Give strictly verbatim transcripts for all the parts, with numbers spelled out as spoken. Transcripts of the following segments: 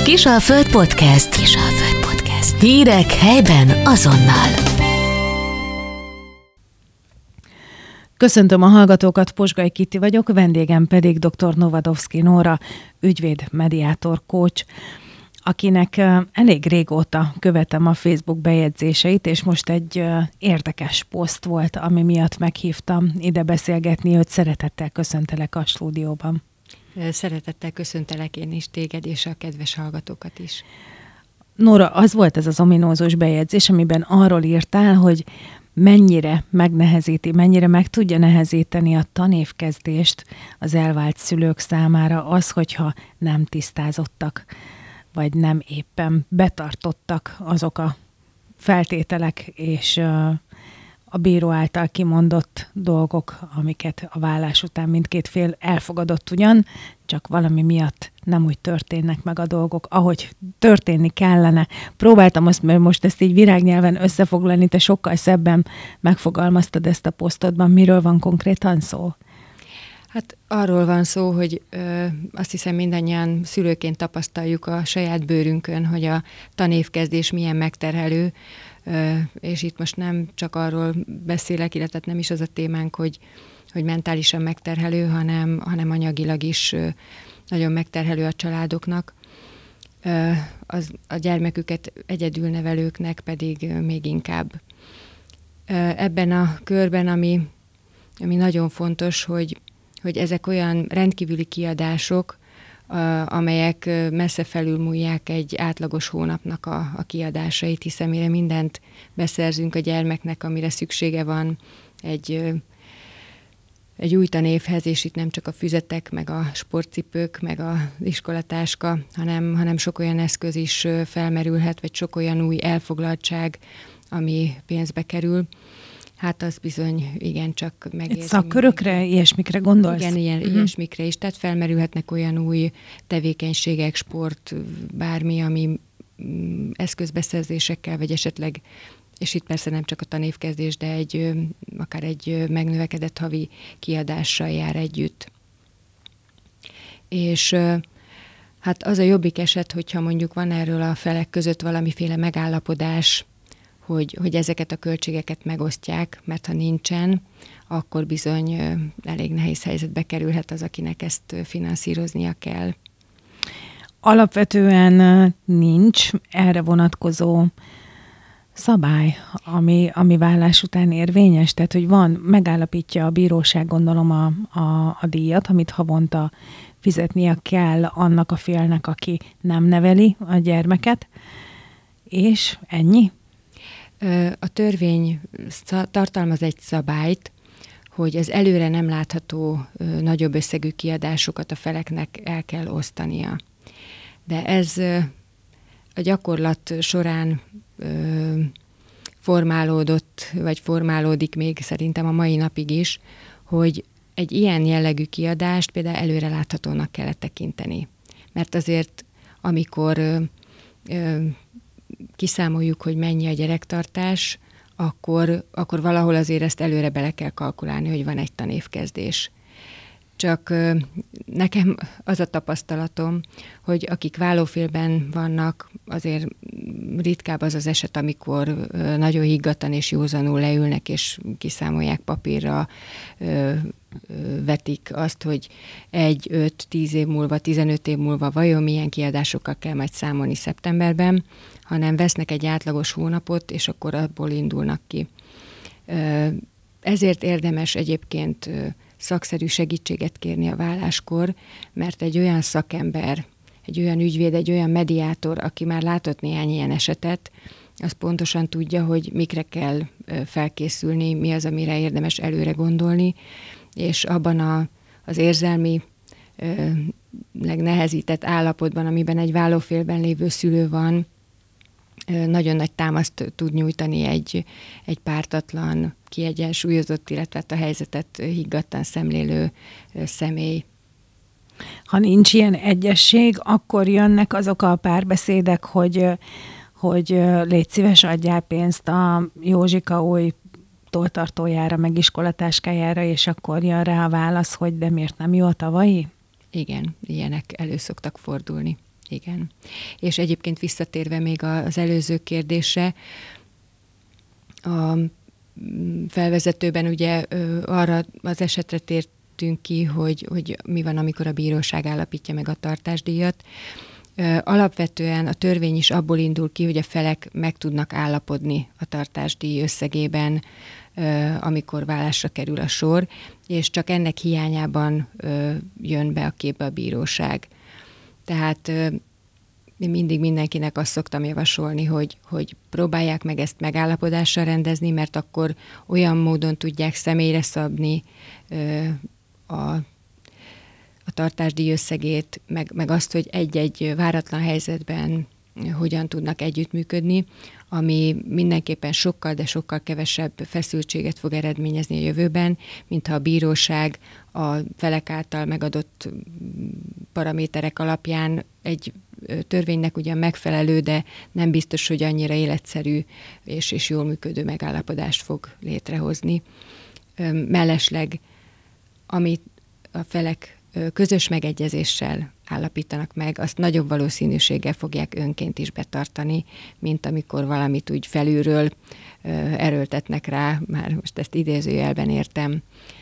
Kisalföld Podcast. Kisalföld Podcast. Hírek helyben azonnal. Köszöntöm a hallgatókat, Posgai Kitti vagyok, vendégem pedig dr. Novadovszky Nóra, ügyvéd, mediátor, coach, akinek elég régóta követem a Facebook bejegyzéseit, és most egy érdekes poszt volt, ami miatt meghívtam ide beszélgetni, hogy szeretettel köszöntelek a stúdióban. Szeretettel köszöntelek én is téged, és a kedves hallgatókat is. Nóra, az volt ez az ominózus bejegyzés, amiben arról írtál, hogy mennyire megnehezíti, mennyire meg tudja nehezíteni a tanévkezdést az elvált szülők számára az, hogyha nem tisztázottak, vagy nem éppen betartottak azok a feltételek és a bíró által kimondott dolgok, amiket a vállás után mindkét fél elfogadott ugyan, csak valami miatt nem úgy történnek meg a dolgok, ahogy történni kellene. Próbáltam azt, mert most ezt így virágnyelven összefoglalni, te sokkal szebben megfogalmaztad ezt a posztodban. Miről van konkrétan szó? Hát arról van szó, hogy ö, azt hiszem mindannyian szülőként tapasztaljuk a saját bőrünkön, hogy a tanévkezdés milyen megterhelő, ö, és itt most nem csak arról beszélek, illetve nem is az a témánk, hogy, hogy mentálisan megterhelő, hanem, hanem anyagilag is ö, nagyon megterhelő a családoknak. Ö, az, a gyermeküket egyedül nevelőknek pedig ö, még inkább. Ö, ebben a körben, ami, ami nagyon fontos, hogy hogy ezek olyan rendkívüli kiadások, amelyek messze felülmúlják egy átlagos hónapnak a, a kiadásait, hiszen mire mindent beszerzünk a gyermeknek, amire szüksége van egy, egy új tanévhez, és itt nem csak a füzetek, meg a sportcipők, meg az iskolatáska, hanem, hanem sok olyan eszköz is felmerülhet, vagy sok olyan új elfoglaltság, ami pénzbe kerül. Hát az bizony, igen, csak megérzi. Szakkörökre, mindenki. Ilyesmikre gondolsz? Igen, ilyen, uh-huh. ilyesmikre is. Tehát felmerülhetnek olyan új tevékenységek, sport, bármi, ami eszközbeszerzésekkel, vagy esetleg, és itt persze nem csak a tanévkezdés, de egy, akár egy megnövekedett havi kiadással jár együtt. És hát az a jobbik eset, hogyha mondjuk van erről a felek között valamiféle megállapodás, Hogy, hogy ezeket a költségeket megosztják, mert ha nincsen, akkor bizony elég nehéz helyzetbe kerülhet az, akinek ezt finanszíroznia kell. Alapvetően nincs erre vonatkozó szabály, ami, ami vállás után érvényes, tehát hogy van, megállapítja a bíróság, gondolom a, a, a díjat, amit havonta fizetnie kell annak a félnek, aki nem neveli a gyermeket, és ennyi? A törvény tartalmaz egy szabályt, hogy az előre nem látható nagyobb összegű kiadásokat a feleknek el kell osztania. De ez a gyakorlat során formálódott, vagy formálódik még szerintem a mai napig is, hogy egy ilyen jellegű kiadást például előre láthatónak kellett tekinteni. Mert azért, amikor kiszámoljuk, hogy mennyi a gyerektartás, akkor, akkor valahol azért ezt előre bele kell kalkulálni, hogy van egy tanévkezdés. Csak nekem az a tapasztalatom, hogy akik vállófélben vannak, azért ritkább az az eset, amikor nagyon higgadtan és józanul leülnek, és kiszámolják papírra, vetik azt, hogy egy, öt, tíz év múlva, tizenöt év múlva vajon milyen kiadásokkal kell majd számolni szeptemberben, hanem vesznek egy átlagos hónapot, és akkor abból indulnak ki. Ezért érdemes egyébként szakszerű segítséget kérni a válláskor, mert egy olyan szakember, egy olyan ügyvéd, egy olyan mediátor, aki már látott néhány ilyen esetet, az pontosan tudja, hogy mikre kell felkészülni, mi az, amire érdemes előre gondolni, és abban a, az érzelmi legnehezített állapotban, amiben egy vállófélben lévő szülő van, nagyon nagy támaszt tud nyújtani egy, egy pártatlan, kiegyensúlyozott, illetve a helyzetet higgadtan szemlélő személy. Ha nincs ilyen egyesség, akkor jönnek azok a párbeszédek, hogy, hogy légy szíves, adjál pénzt a Józsika új tolltartójára, meg iskolatáskájára, és akkor jön rá a válasz, hogy de miért nem jó a tavalyi? Igen, ilyenek elő szoktak fordulni. Igen. És egyébként visszatérve még az előző kérdésre, a felvezetőben ugye arra az esetre tértünk ki, hogy, hogy mi van, amikor a bíróság állapítja meg a tartásdíjat. Alapvetően a törvény is abból indul ki, hogy a felek meg tudnak állapodni a tartásdíj összegében, amikor vállásra kerül a sor, és csak ennek hiányában jön be a képbe a bíróság. Tehát én mindig mindenkinek azt szoktam javasolni, hogy, hogy próbálják meg ezt megállapodással rendezni, mert akkor olyan módon tudják személyre szabni a a tartásdíj összegét, meg, meg azt, hogy egy-egy váratlan helyzetben hogyan tudnak együttműködni, ami mindenképpen sokkal, de sokkal kevesebb feszültséget fog eredményezni a jövőben, mintha a bíróság a felek által megadott paraméterek alapján egy törvénynek ugyan megfelelő, de nem biztos, hogy annyira életszerű és, és jól működő megállapodást fog létrehozni. Mellesleg, amit a felek közös megegyezéssel állapítanak meg, azt nagyobb valószínűséggel fogják önként is betartani, mint amikor valamit úgy felülről erőltetnek rá, már most ezt idézőjelben értem,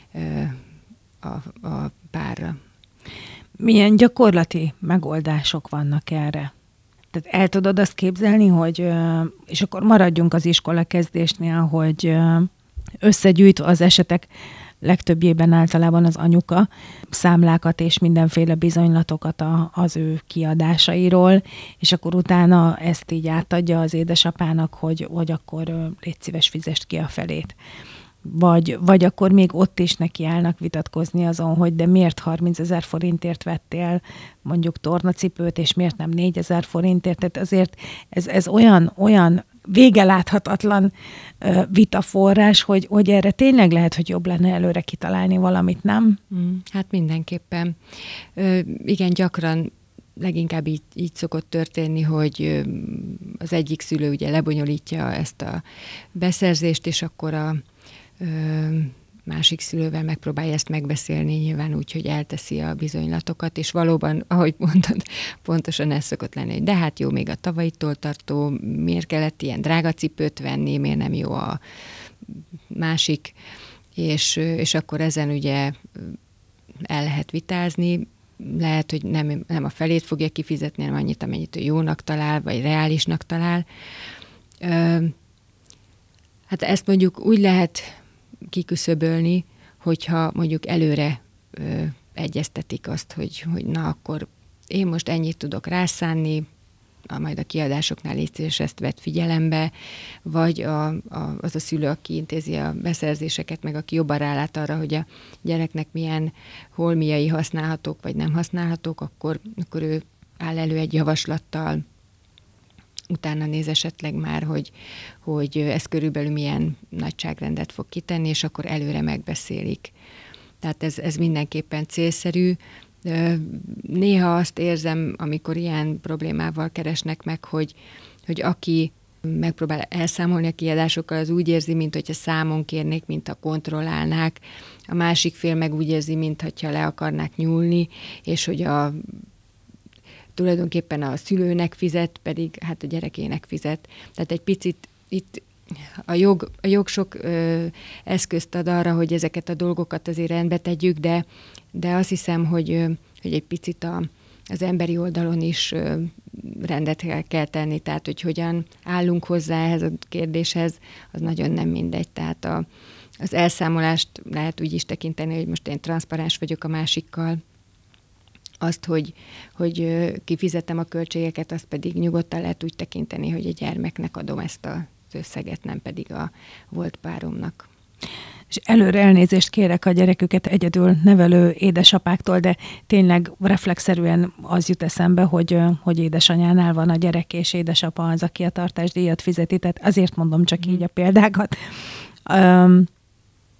a, a párra. Milyen gyakorlati megoldások vannak erre? Tehát el tudod azt képzelni, hogy, és akkor maradjunk az iskolakezdésnél, hogy összegyűjt az esetek legtöbbjében általában az anyuka számlákat és mindenféle bizonylatokat a, az ő kiadásairól, és akkor utána ezt így átadja az édesapának, hogy, hogy akkor légy szíves, fizest ki a felét. Vagy, vagy akkor még ott is nekiállnak vitatkozni azon, hogy de miért harmincezer forintért vettél mondjuk tornacipőt, és miért nem négyezer forintért. Tehát azért ez, ez olyan, olyan vége láthatatlan uh, vitaforrás, hogy, hogy erre tényleg lehet, hogy jobb lenne előre kitalálni valamit, nem? Mm, hát mindenképpen. Ö, igen, gyakran leginkább így, így szokott történni, hogy az egyik szülő ugye lebonyolítja ezt a beszerzést, és akkor a ö, másik szülővel megpróbálja ezt megbeszélni, nyilván úgy, hogy elteszi a bizonylatokat, és valóban, ahogy mondtad, pontosan ez szokott lenni, hogy de hát jó, még a tavalyitól tartó, miért kellett ilyen drága cipőt venni, miért nem jó a másik, és, és akkor ezen ugye el lehet vitázni, lehet, hogy nem, nem a felét fogja kifizetni, hanem annyit, amennyit ő jónak talál, vagy reálisnak talál. Hát ezt mondjuk úgy lehet kiküszöbölni, hogyha mondjuk előre ö, egyeztetik azt, hogy, hogy na akkor én most ennyit tudok rászánni, a, majd a kiadásoknál légy szíves, ezt vett figyelembe, vagy a, a, az a szülő, aki intézi a beszerzéseket, meg aki jobban rálát arra, hogy a gyereknek milyen holmiai használhatók, vagy nem használhatók, akkor, akkor ő áll elő egy javaslattal, utána néz esetleg már, hogy, hogy ez körülbelül milyen nagyságrendet fog kitenni, és akkor előre megbeszélik. Tehát ez, ez mindenképpen célszerű. Néha azt érzem, amikor ilyen problémával keresnek meg, hogy, hogy aki megpróbál elszámolni a kiadásokkal, az úgy érzi, mint hogyha számon kérnék, mint ha kontrollálnák. A másik fél meg úgy érzi, mint hogyha le akarnák nyúlni, és hogy a tulajdonképpen a szülőnek fizet, pedig hát a gyerekének fizet. Tehát egy picit itt a jog, a jog sok ö, eszközt ad arra, hogy ezeket a dolgokat azért rendbe tegyük, de, de azt hiszem, hogy, ö, hogy egy picit a, az emberi oldalon is ö, rendet kell, kell tenni, tehát hogy hogyan állunk hozzá ehhez a kérdéshez, az nagyon nem mindegy. Tehát a, az elszámolást lehet úgy is tekinteni, hogy most én transzparens vagyok a másikkal, azt, hogy, hogy kifizetem a költségeket, azt pedig nyugodtan lehet úgy tekinteni, hogy a gyermeknek adom ezt az összeget, nem pedig a volt páromnak. És előre elnézést kérek a gyereküket egyedül nevelő édesapáktól, de tényleg reflexzerűen az jut eszembe, hogy, hogy édesanyánál van a gyerek, és édesapa az, aki a tartásdíjat fizeti, tehát azért mondom csak így a példákat. Um,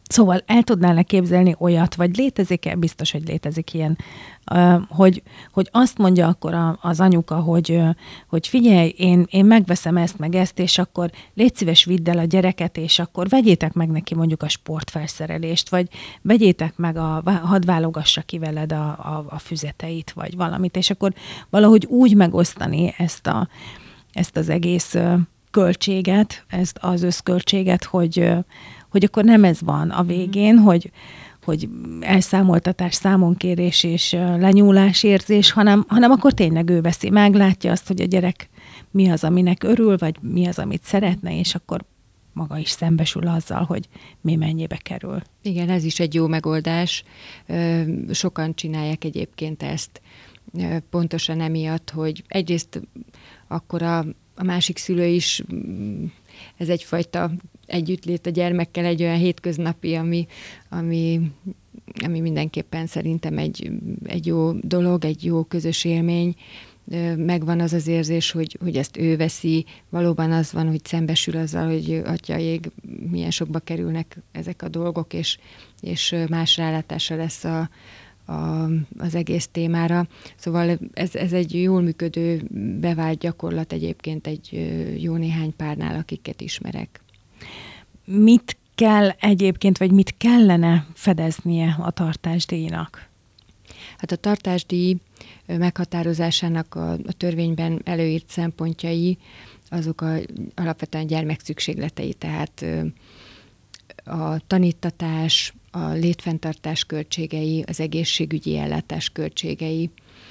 Szóval el tudnál képzelni olyat, vagy létezik-e, biztos, hogy létezik ilyen, hogy, hogy azt mondja akkor az anyuka, hogy, hogy figyelj, én, én megveszem ezt meg ezt, és akkor légy szíves, vidd el a gyereket, és akkor vegyétek meg neki mondjuk a sportfelszerelést, vagy vegyétek meg, a, hadd válogassa ki veled a, a, a füzeteit, vagy valamit, és akkor valahogy úgy megosztani ezt, a, ezt az egész költséget, ezt az összköltséget, hogy hogy akkor nem ez van a végén, hogy, hogy elszámoltatás, számonkérés és lenyúlás érzés, hanem, hanem akkor tényleg ő veszi meg, látja azt, hogy a gyerek mi az, aminek örül, vagy mi az, amit szeretne, és akkor maga is szembesül azzal, hogy mi mennyibe kerül. Igen, ez is egy jó megoldás. Sokan csinálják egyébként ezt pontosan emiatt, hogy egyrészt akkor a, a másik szülő is, ez egyfajta együttlét a gyermekkel, egy olyan hétköznapi, ami, ami, ami mindenképpen szerintem egy, egy jó dolog, egy jó közös élmény. Megvan az az érzés, hogy, hogy ezt ő veszi, valóban az van, hogy szembesül azzal, hogy atyaég, milyen sokba kerülnek ezek a dolgok, és, és más rálátása lesz a, a, az egész témára. Szóval ez, ez egy jól működő, bevált gyakorlat egyébként egy jó néhány párnál, akiket ismerek. Mit kell egyébként, vagy mit kellene fedeznie a tartásdíjnak? Hát a tartásdíj meghatározásának a, a törvényben előírt szempontjai, azok a, alapvetően gyermek szükségletei, tehát a tanítatás, a létfenntartás költségei, az egészségügyi ellátás költségei,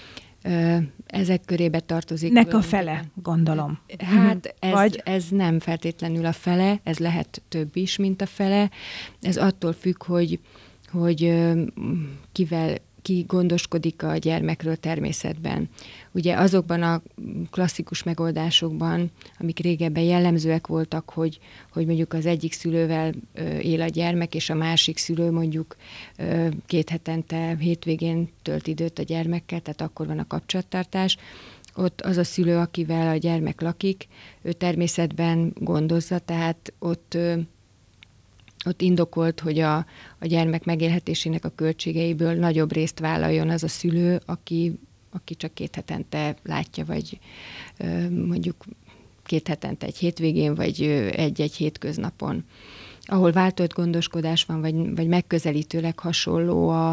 ezek körébe tartozik. Nek a fele, gondolom. Hát ez, Vagy? ez nem feltétlenül a fele, ez lehet több is, mint a fele. Ez attól függ, hogy, hogy kivel ki gondoskodik a gyermekről természetben. Ugye azokban a klasszikus megoldásokban, amik régebben jellemzőek voltak, hogy, hogy mondjuk az egyik szülővel él a gyermek, és a másik szülő mondjuk két hetente, hétvégén tölt időt a gyermekkel, tehát akkor van a kapcsolattartás. Ott az a szülő, akivel a gyermek lakik, ő természetben gondozza, tehát ott Ott indokolt, hogy a, a gyermek megélhetésének a költségeiből nagyobb részt vállaljon az a szülő, aki, aki csak két hetente látja, vagy ö, mondjuk két hetente egy hétvégén, vagy egy-egy hétköznapon. Ahol váltott gondoskodás van, vagy, vagy megközelítőleg hasonló a,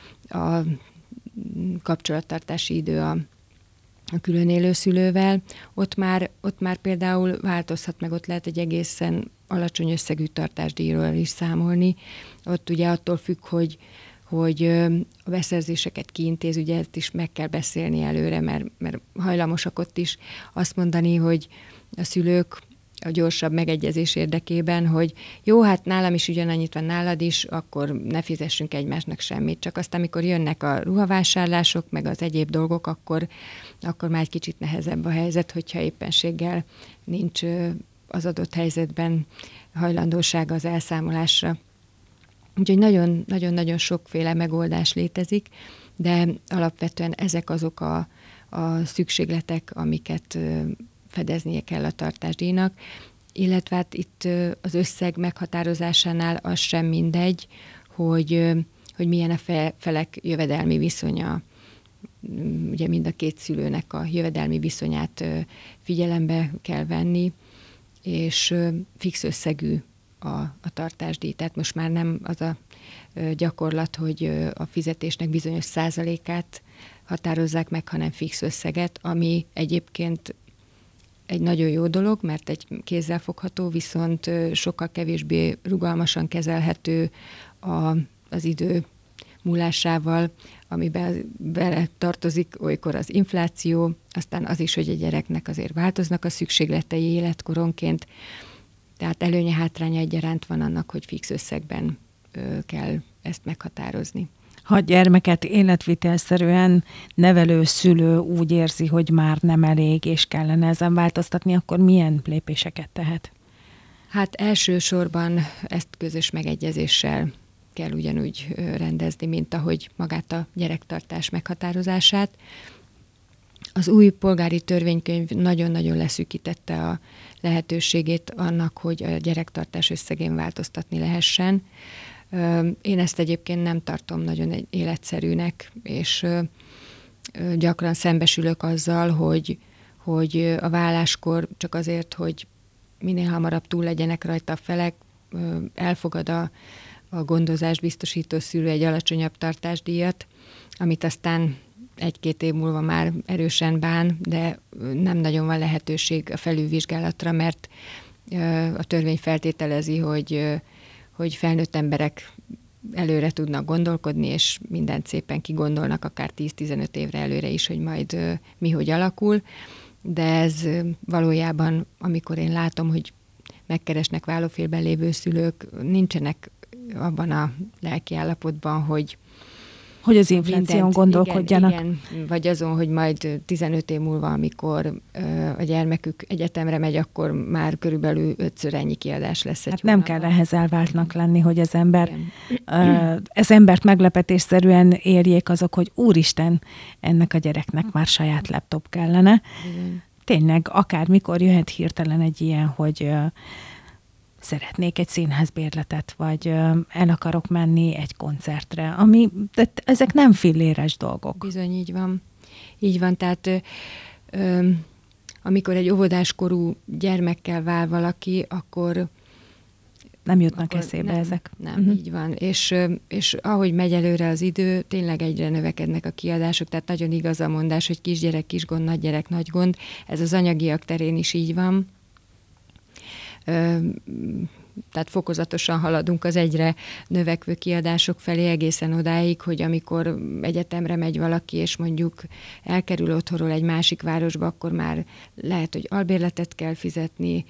a kapcsolattartási idő a, a külön élő szülővel, ott már, ott már például változhat meg, ott lehet egy egészen alacsony összegű tartásdíjról is számolni. Ott ugye attól függ, hogy, hogy a beszerzéseket kiintéz, ugye ezt is meg kell beszélni előre, mert, mert hajlamosak ott is azt mondani, hogy a szülők a gyorsabb megegyezés érdekében, hogy jó, hát nálam is ugyanannyit van, nálad is, akkor ne fizessünk egymásnak semmit. Csak aztán, amikor jönnek a ruhavásárlások, meg az egyéb dolgok, akkor, akkor már egy kicsit nehezebb a helyzet, hogyha éppenséggel nincs az adott helyzetben hajlandóság az elszámolásra. Úgyhogy nagyon-nagyon sokféle megoldás létezik, de alapvetően ezek azok a, a szükségletek, amiket fedeznie kell a tartásdíjnak, illetve hát itt az összeg meghatározásánál az sem mindegy, hogy, hogy milyen a felek jövedelmi viszonya. Ugye mind a két szülőnek a jövedelmi viszonyát figyelembe kell venni, és fix összegű a, a tartásdíj. Tehát most már nem az a gyakorlat, hogy a fizetésnek bizonyos százalékát határozzák meg, hanem fix összeget, ami egyébként egy nagyon jó dolog, mert egy kézzelfogható, viszont sokkal kevésbé rugalmasan kezelhető a, az idő múlásával, amiben bele tartozik olykor az infláció, aztán az is, hogy a gyereknek azért változnak a szükségletei életkoronként, tehát előnye-hátránya egyaránt van annak, hogy fix összegben ö, kell ezt meghatározni. Ha a gyermeket életvitelszerűen nevelő szülő úgy érzi, hogy már nem elég, és kellene ezen változtatni, akkor milyen lépéseket tehet? Hát elsősorban ezt közös megegyezéssel kell ugyanúgy rendezni, mint ahogy magát a gyerektartás meghatározását. Az új polgári törvénykönyv nagyon-nagyon leszűkítette a lehetőségét annak, hogy a gyerektartás összegén változtatni lehessen. Én ezt egyébként nem tartom nagyon életszerűnek, és gyakran szembesülök azzal, hogy, hogy a válláskor csak azért, hogy minél hamarabb túl legyenek rajta a felek, elfogad a, a gondozást biztosító szülő egy alacsonyabb tartásdíjat, amit aztán egy-két év múlva már erősen bán, de nem nagyon van lehetőség a felülvizsgálatra, mert a törvény feltételezi, hogy, hogy felnőtt emberek előre tudnak gondolkodni, és mindent szépen kigondolnak, akár tíz-tizenöt évre előre is, hogy majd mi hogy alakul. De ez valójában, amikor én látom, hogy megkeresnek vállófélben lévő szülők, nincsenek abban a lelki állapotban, hogy hogy az infláción gondolkodjanak. Igen, igen, vagy azon, hogy majd tizenöt év múlva, amikor ö, a gyermekük egyetemre megy, akkor már körülbelül ötször ennyi kiadás lesz egy Hát nem hónapban. kell ehhez elváltnak lenni, hogy az ember, ö, ez embert meglepetésszerűen érjék azok, hogy úristen, ennek a gyereknek már saját laptop kellene. Igen. Tényleg, akármikor jöhet hirtelen egy ilyen, hogy ö, szeretnék egy színházbérletet, vagy ö, el akarok menni egy koncertre, ami, de ezek nem filléres dolgok. Bizony, így van. Így van, tehát ö, ö, amikor egy óvodáskorú gyermekkel vál valaki, akkor Nem jutnak akkor eszébe nem, ezek. Nem, Uh-huh. így van. És, és ahogy megy előre az idő, tényleg egyre növekednek a kiadások, tehát nagyon igaz a mondás, hogy kisgyerek, kis gond, nagygyerek, nagy gond. Ez az anyagiak terén is így van. Tehát fokozatosan haladunk az egyre növekvő kiadások felé egészen odáig, hogy amikor egyetemre megy valaki, és mondjuk elkerül otthonról egy másik városba, akkor már lehet, hogy albérletet kell fizetni,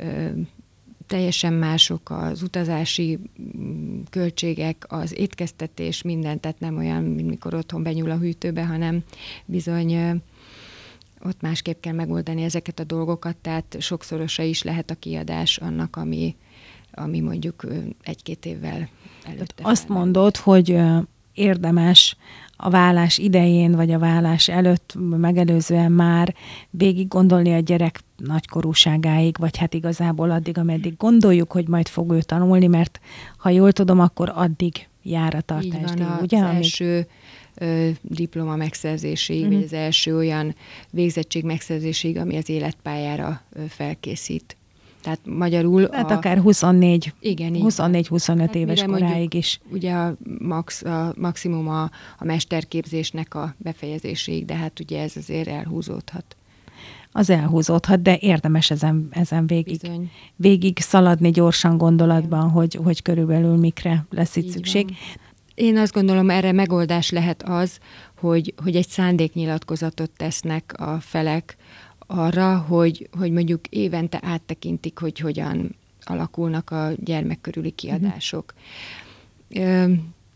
teljesen mások az utazási költségek, az étkeztetés, minden, tehát nem olyan, mint mikor otthon benyúl a hűtőbe, hanem bizony ott másképp kell megoldani ezeket a dolgokat, tehát sokszorosa is lehet a kiadás annak, ami, ami mondjuk egy-két évvel előtte. Azt mondod, hogy érdemes a vállás idején, vagy a vállás előtt megelőzően már végig gondolni a gyerek nagykorúságáig, vagy hát igazából addig, ameddig gondoljuk, hogy majd fog ő tanulni, mert ha jól tudom, akkor addig jár a tartásdíj, ugye? Az első ö, diploma megszerzéséig, uh-huh. vagy az első olyan végzettség megszerzéséig, ami az életpályára ö, felkészít. Tehát magyarul... Hát a, akár huszonnégy, igen, huszonnégy-huszonöt hát éves koráig mondjuk, is. Ugye a, max, a maximum a, a mesterképzésnek a befejezéséig, de hát ugye ez azért elhúzódhat. Az elhúzódhat, de érdemes ezen, ezen végig, végig szaladni gyorsan gondolatban, hogy, hogy körülbelül mikre lesz itt így szükség. Van. Én azt gondolom, erre megoldás lehet az, hogy, hogy egy szándéknyilatkozatot tesznek a felek arra, hogy, hogy mondjuk évente áttekintik, hogy hogyan alakulnak a gyermek körüli kiadások. Uh-huh.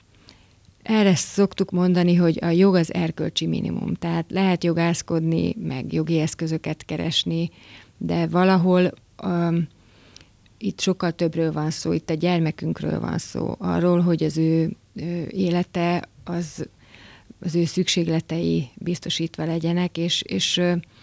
Erre szoktuk mondani, hogy a jog az erkölcsi minimum. Tehát lehet jogászkodni, meg jogi eszközöket keresni, de valahol um, itt sokkal többről van szó, itt a gyermekünkről van szó, arról, hogy az ő, ő élete, az, az ő szükségletei biztosítva legyenek, és, és,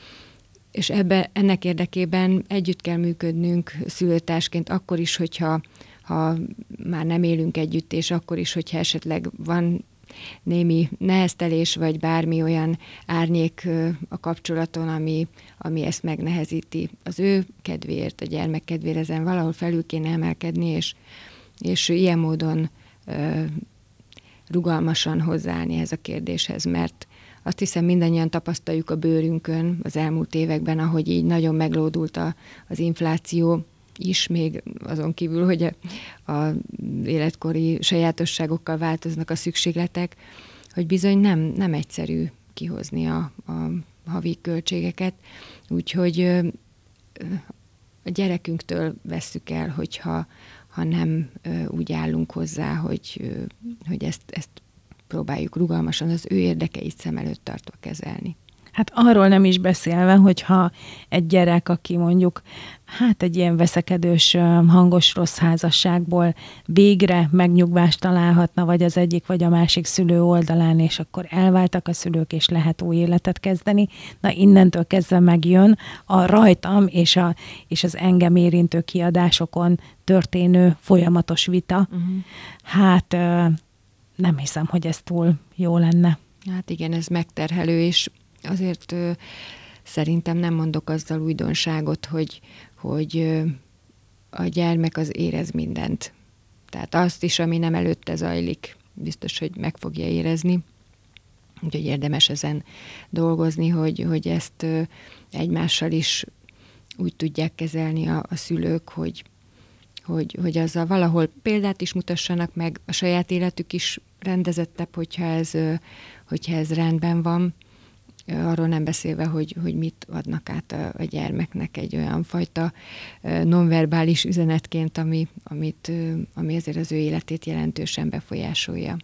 és ebbe, ennek érdekében együtt kell működnünk szülőtársként, akkor is, hogyha ha már nem élünk együtt, és akkor is, hogyha esetleg van némi neheztelés, vagy bármi olyan árnyék a kapcsolaton, ami, ami ezt megnehezíti. Az ő kedvéért, a gyermek kedvéért ezen valahol felül kéne emelkedni, és, és ilyen módon ö, rugalmasan hozzáállni ez a kérdéshez, mert azt hiszem mindannyian tapasztaljuk a bőrünkön az elmúlt években, ahogy így nagyon meglódult a, az infláció, is, még azon kívül, hogy a, a életkori sajátosságokkal változnak a szükségletek, hogy bizony nem, nem egyszerű kihozni a, a havi költségeket. Úgyhogy a gyerekünktől vesszük el, hogyha ha nem úgy állunk hozzá, hogy, hogy ezt, ezt próbáljuk rugalmasan az ő érdekeit szem előtt tartva kezelni. Hát arról nem is beszélve, hogyha egy gyerek, aki mondjuk hát egy ilyen veszekedős, hangos rossz házasságból végre megnyugvást találhatna, vagy az egyik, vagy a másik szülő oldalán, és akkor elváltak a szülők, és lehet új életet kezdeni. Na innentől kezdve megjön a rajtam és, a, és az engem érintő kiadásokon történő folyamatos vita. Uh-huh. Hát nem hiszem, hogy ez túl jó lenne. Hát igen, ez megterhelő, és azért ö, szerintem nem mondok azzal újdonságot, hogy, hogy ö, a gyermek az érez mindent. Tehát azt is, ami nem előtte zajlik, biztos, hogy meg fogja érezni. Úgyhogy érdemes ezen dolgozni, hogy, hogy ezt ö, egymással is úgy tudják kezelni a, a szülők, hogy, hogy, hogy azzal valahol példát is mutassanak meg, a saját életük is rendezettebb, hogyha ez, hogyha ez rendben van. Arról nem beszélve, hogy, hogy mit adnak át a, a gyermeknek egy olyan fajta nonverbális üzenetként, ami, amit, ami azért az ő életét jelentősen befolyásolja.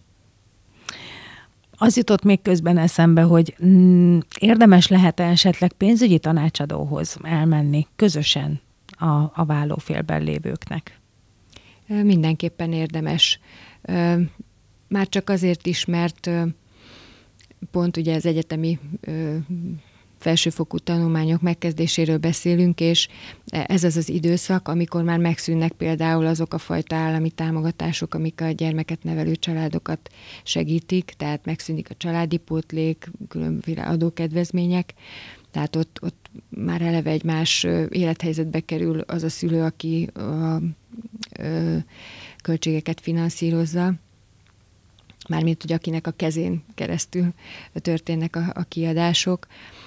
Az jutott még közben eszembe, hogy mm, érdemes lehet-e esetleg pénzügyi tanácsadóhoz elmenni közösen a, a vállófélben lévőknek? Mindenképpen érdemes. Már csak azért is, mert pont ugye az egyetemi felsőfokú tanulmányok megkezdéséről beszélünk, és ez az az időszak, amikor már megszűnnek például azok a fajta állami támogatások, amik a gyermeket nevelő családokat segítik, tehát megszűnik a családi pótlék, különböző adókedvezmények, tehát ott, ott már eleve egy más élethelyzetbe kerül az a szülő, aki a, a, a költségeket finanszírozza, mármint, hogy akinek a kezén keresztül történnek a, a kiadások.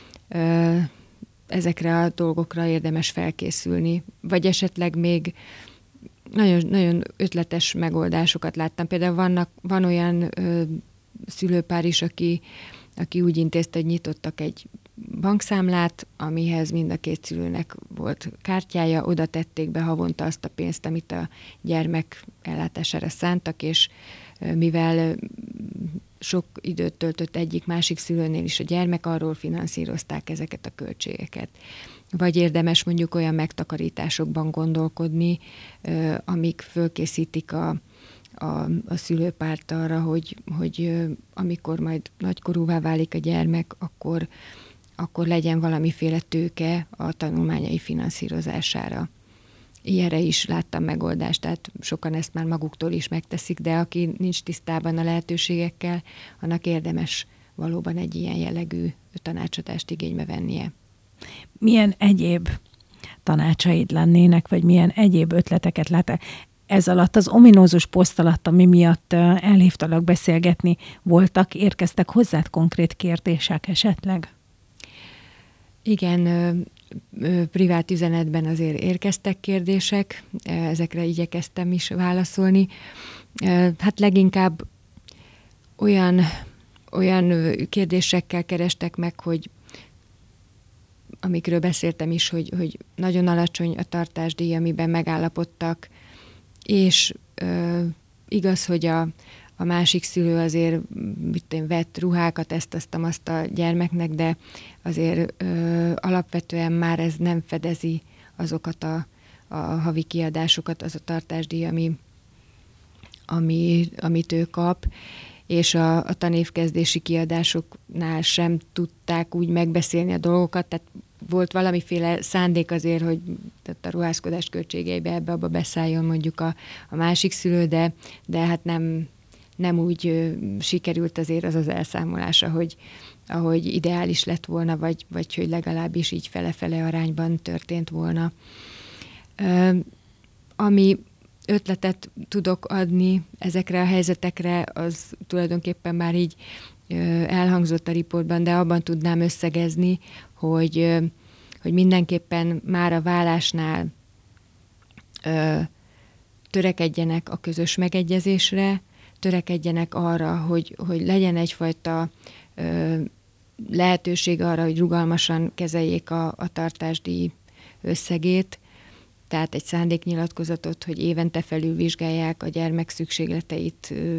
Ezekre a dolgokra érdemes felkészülni, vagy esetleg még nagyon, nagyon ötletes megoldásokat láttam. Például vannak, van olyan ö, szülőpár is, aki, aki úgy intézte, hogy nyitottak egy bankszámlát, amihez mind a két szülőnek volt kártyája, oda tették be havonta azt a pénzt, amit a gyermek ellátására szántak, és mivel sok időt töltött egyik-másik szülőnél is a gyermek, arról finanszírozták ezeket a költségeket. Vagy érdemes mondjuk olyan megtakarításokban gondolkodni, amik fölkészítik a, a, a szülőpárt arra, hogy, hogy amikor majd nagykorúvá válik a gyermek, akkor, akkor legyen valamiféle tőke a tanulmányai finanszírozására. Ilyenre is láttam megoldást, tehát sokan ezt már maguktól is megteszik, de aki nincs tisztában a lehetőségekkel, annak érdemes valóban egy ilyen jellegű tanácsadást igénybe vennie. Milyen egyéb tanácsaid lennének, vagy milyen egyéb ötleteket lát ez alatt, az ominózus poszt alatt, ami miatt elhívtalak beszélgetni, voltak, érkeztek hozzád konkrét kérdések esetleg? Igen, privát üzenetben azért érkeztek kérdések, ezekre igyekeztem is válaszolni. Hát leginkább olyan, olyan kérdésekkel kerestek meg, hogy amikről beszéltem is, hogy, hogy nagyon alacsony a tartásdíj, amiben megállapodtak, és ö, igaz, hogy a, a másik szülő azért mit én, vett ruhákat, ezt, azt, azt a gyermeknek, de azért ö, alapvetően már ez nem fedezi azokat a, a havi kiadásokat, az a tartásdíj, ami, ami, amit ő kap, és a, a tanévkezdési kiadásoknál sem tudták úgy megbeszélni a dolgokat, tehát volt valamiféle szándék azért, hogy tehát a ruházkodás költségeibe ebbe abba beszálljon mondjuk a, a másik szülő, de, de hát nem, nem úgy ö, sikerült azért az az elszámolása, hogy ahogy ideális lett volna, vagy, vagy hogy legalábbis így fele-fele arányban történt volna. Ö, ami ötletet tudok adni ezekre a helyzetekre, az tulajdonképpen már így ö, elhangzott a riportban, de abban tudnám összegezni, hogy, ö, hogy mindenképpen már a válásnál ö, törekedjenek a közös megegyezésre, törekedjenek arra, hogy, hogy legyen egyfajta ö, lehetőség arra, hogy rugalmasan kezeljék a, a tartásdíj összegét, tehát egy szándéknyilatkozatot, hogy évente felülvizsgálják a gyermek szükségleteit,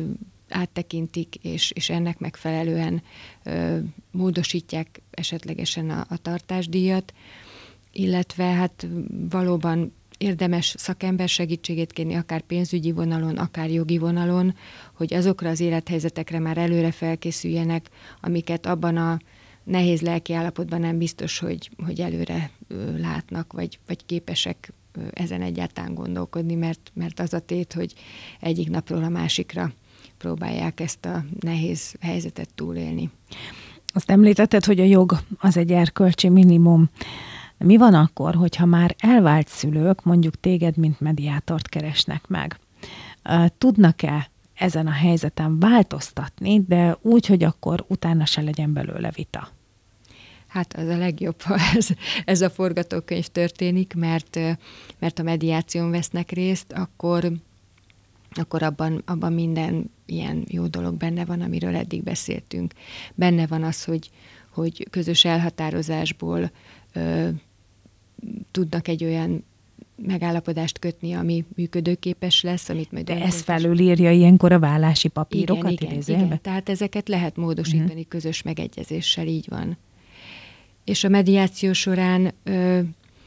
áttekintik, és, és ennek megfelelően ö, módosítják esetlegesen a, a tartásdíjat, illetve hát valóban érdemes szakember segítségét kérni, akár pénzügyi vonalon, akár jogi vonalon, hogy azokra az élethelyzetekre már előre felkészüljenek, amiket abban a nehéz lelki állapotban nem biztos, hogy, hogy előre ö, látnak, vagy, vagy képesek ö, ezen egyáltalán gondolkodni, mert, mert az a tét, hogy egyik napról a másikra próbálják ezt a nehéz helyzetet túlélni. Azt említetted, hogy a jog az egy erkölcsi minimum. Mi van akkor, hogyha már elvált szülők mondjuk téged, mint mediátort keresnek meg? Tudnak-e ezen a helyzeten változtatni, de úgy, hogy akkor utána se legyen belőle vita? Hát az a legjobb, ha ez, ez a forgatókönyv történik, mert, mert a mediáción vesznek részt, akkor, akkor abban, abban minden ilyen jó dolog benne van, amiről eddig beszéltünk. Benne van az, hogy, hogy közös elhatározásból ö, tudnak egy olyan megállapodást kötni, ami működőképes lesz, amit majd... De ez felülírja ilyenkor a vállási papírokat? Igen, igen, igen. Tehát ezeket lehet módosítani uh-huh. közös megegyezéssel, így van. És a mediáció során, ö,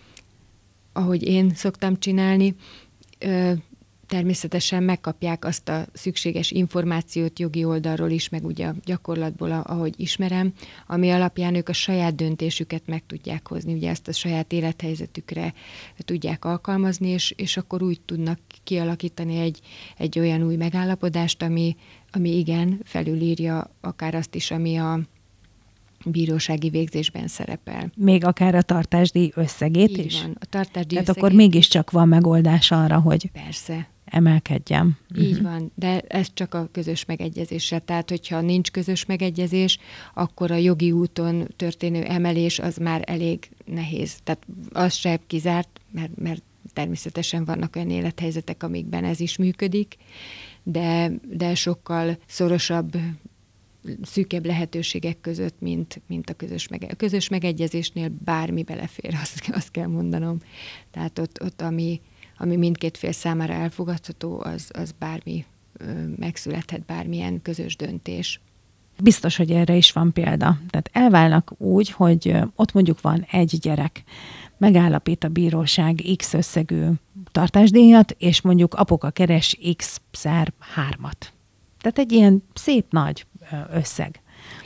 ahogy én szoktam csinálni, ö, természetesen megkapják azt a szükséges információt jogi oldalról is, meg ugye a gyakorlatból, ahogy ismerem, ami alapján ők a saját döntésüket meg tudják hozni, ugye ezt a saját élethelyzetükre tudják alkalmazni, és, és akkor úgy tudnak kialakítani egy, egy olyan új megállapodást, ami, ami igen, felülírja akár azt is, ami a bírósági végzésben szerepel. Még akár a tartásdíj összegét Így is? Van, a tartásdíj Tehát összegét akkor mégiscsak van megoldás arra, hogy persze. emelkedjen. Így uh-huh. van, de ez csak a közös megegyezésre. Tehát, hogyha nincs közös megegyezés, akkor a jogi úton történő emelés az már elég nehéz. Tehát az sem kizárt, mert, mert természetesen vannak olyan élethelyzetek, amikben ez is működik, de, de sokkal szorosabb, szűkebb lehetőségek között, mint, mint a közös, mege- a közös megegyezésnél bármi belefér, azt, azt kell mondanom. Tehát ott, ott ami, ami mindkét fél számára elfogadható, az, az bármi ö, megszülethet, bármilyen közös döntés. Biztos, hogy erre is van példa. Tehát elválnak úgy, hogy ott mondjuk van egy gyerek, megállapít a bíróság X összegű tartásdíjat, és mondjuk apuka keres X-szer hármat. Tehát egy ilyen szép nagy összeg.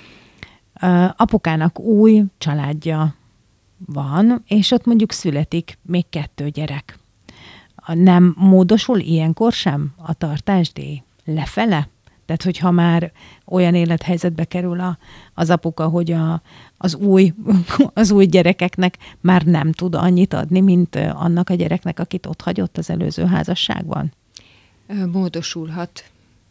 Apukának új családja van, és ott mondjuk születik még kettő gyerek. Nem módosul ilyenkor sem a tartásdíj lefele? Tehát, hogyha már olyan élethelyzetbe kerül a, az apuka, hogy a, az, új, az új gyerekeknek már nem tud annyit adni, mint annak a gyereknek, akit ott hagyott az előző házasságban? Módosulhat.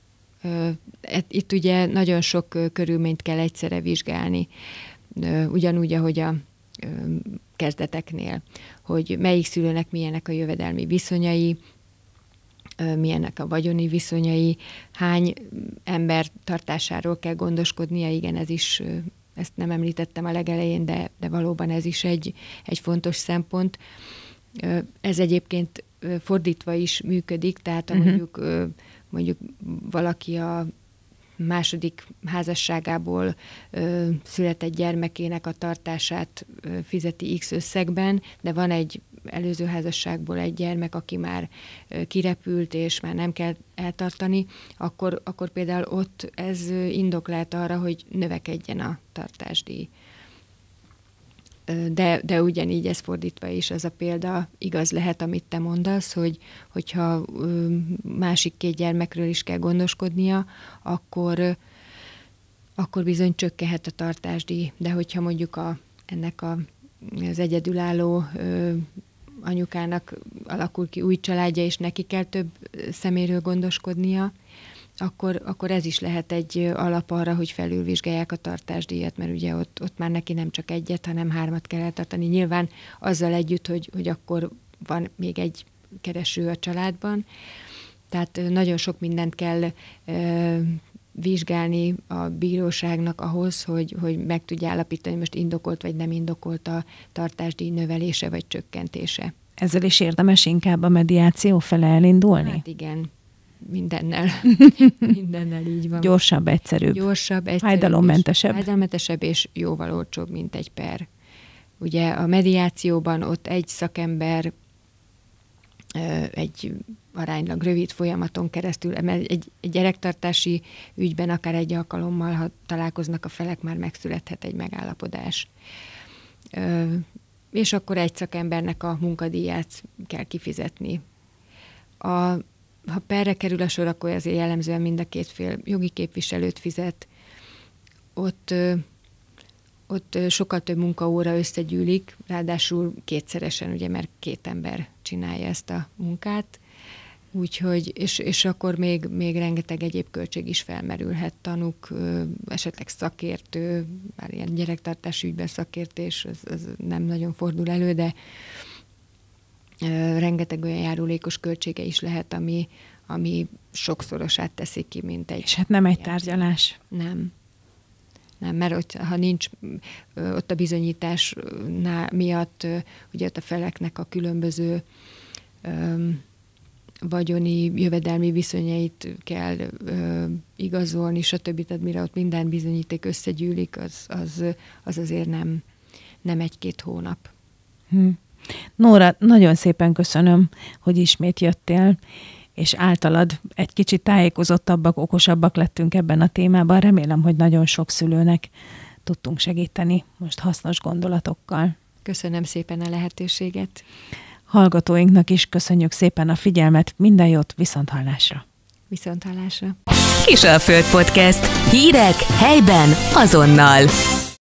Itt ugye nagyon sok körülményt kell egyszerre vizsgálni, ugyanúgy, ahogy a kezdeteknél, hogy melyik szülőnek milyenek a jövedelmi viszonyai, milyenek a vagyoni viszonyai, hány ember tartásáról kell gondoskodnia, igen, ez is, ezt nem említettem a legelején, de, de valóban ez is egy, egy fontos szempont. Ez egyébként fordítva is működik, tehát uh-huh. mondjuk, mondjuk valaki a második házasságából ö, született gyermekének a tartását ö, fizeti X összegben, de van egy előző házasságból egy gyermek, aki már ö, kirepült, és már nem kell eltartani, akkor, akkor például ott ez indok lehet arra, hogy növekedjen a tartásdíj. De, de ugyanígy ez fordítva is az a példa igaz lehet, amit te mondasz, hogy, hogyha másik két gyermekről is kell gondoskodnia, akkor, akkor bizony csökkenhet a tartásdíj. De hogyha mondjuk a, ennek a, az egyedülálló ö, anyukának alakul ki új családja, és neki kell több szeméről gondoskodnia, Akkor, akkor ez is lehet egy alap arra, hogy felülvizsgálják a tartásdíjat, mert ugye ott, ott már neki nem csak egyet, hanem hármat kell eltartani. Nyilván azzal együtt, hogy, hogy akkor van még egy kereső a családban. Tehát nagyon sok mindent kell e, vizsgálni a bíróságnak ahhoz, hogy, hogy meg tudja állapítani, most indokolt vagy nem indokolt a tartásdíj növelése vagy csökkentése. Ezzel is érdemes inkább a mediáció fele elindulni? Hát igen. mindennel. mindennel így van. Gyorsabb, egyszerűbb. Gyorsabb, egyszerűbb. Fájdalommentesebb. Fájdalommentesebb és jóval olcsóbb, mint egy per. Ugye a mediációban ott egy szakember egy aránylag rövid folyamaton keresztül, mert egy, egy gyerektartási ügyben akár egy alkalommal, ha találkoznak a felek, már megszülethet egy megállapodás. És akkor egy szakembernek a munkadíját kell kifizetni. A, ha perre kerül a sor, akkor azért jellemzően mind a két fél jogi képviselőt fizet. Ott, ott sokkal több munkaóra összegyűlik, ráadásul kétszeresen, ugye, mert két ember csinálja ezt a munkát. Úgyhogy, és, és akkor még, még rengeteg egyéb költség is felmerülhet, tanúk, esetleg szakértő, már ilyen gyerektartási ügyben szakértés, az, az nem nagyon fordul elő, de rengeteg olyan járulékos költsége is lehet, ami, ami sokszorosát teszi ki, mint egy... És hát nem egy tárgyalás. Nem. Nem, mert ott, ha nincs ott a bizonyítás miatt, ugye ott a feleknek a különböző vagyoni, jövedelmi viszonyait kell ö, igazolni, stb. Tehát mire ott minden bizonyíték összegyűlik, az, az, az azért nem, nem egy-két hónap. Hm. Nóra, nagyon szépen köszönöm, hogy ismét jöttél, és általad egy kicsit tájékozottabbak, okosabbak lettünk ebben a témában. Remélem, hogy nagyon sok szülőnek tudtunk segíteni most hasznos gondolatokkal. Köszönöm szépen a lehetőséget. Hallgatóinknak is köszönjük szépen a figyelmet, minden jót, viszonthallásra! Viszonthallásra! Kisalföld Podcast. Hírek helyben azonnal.